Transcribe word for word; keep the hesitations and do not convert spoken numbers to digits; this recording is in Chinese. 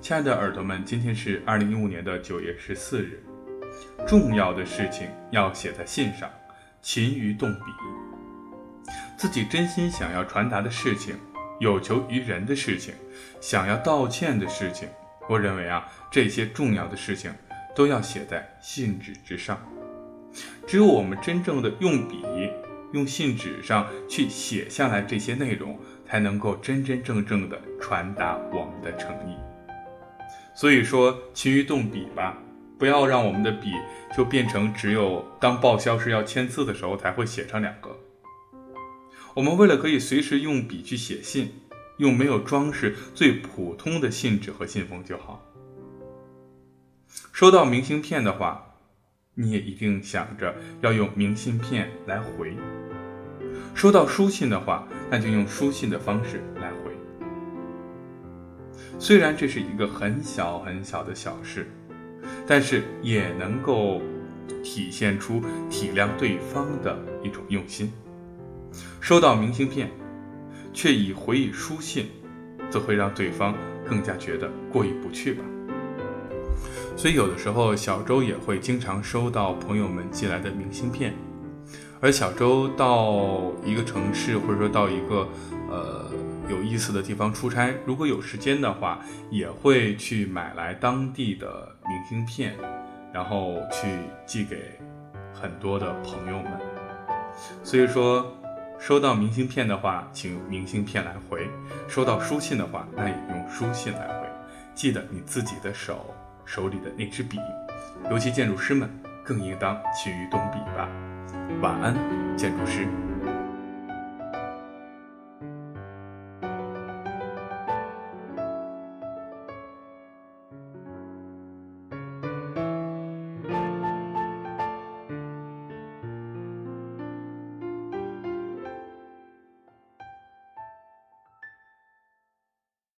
亲爱的耳朵们，今天是二零一五年的九月十四日。重要的事情要写在信上，勤于动笔。自己真心想要传达的事情，有求于人的事情，想要道歉的事情，我认为啊，这些重要的事情都要写在信纸之上。只有我们真正的用笔用信纸上去写下来这些内容，才能够真真正正的传达我们的诚意。所以说，勤于动笔吧，不要让我们的笔就变成只有当报销时要签字的时候才会写上两个。我们为了可以随时用笔去写信，用没有装饰最普通的信纸和信封就好。收到明信片的话，你也一定想着要用明信片来回。收到书信的话，那就用书信的方式来回。虽然这是一个很小很小的小事，但是也能够体现出体谅对方的一种用心。收到明信片，却以回以书信，则会让对方更加觉得过意不去吧。所以有的时候小周也会经常收到朋友们寄来的明信片，而小周到一个城市或者说到一个呃有意思的地方出差，如果有时间的话，也会去买来当地的明信片，然后去寄给很多的朋友们。所以说收到明信片的话，请用明信片来回；收到书信的话，那也用书信来回。记得你自己的手手里的那支笔，尤其建筑师们更应当勤于动笔吧。晚安，建筑师。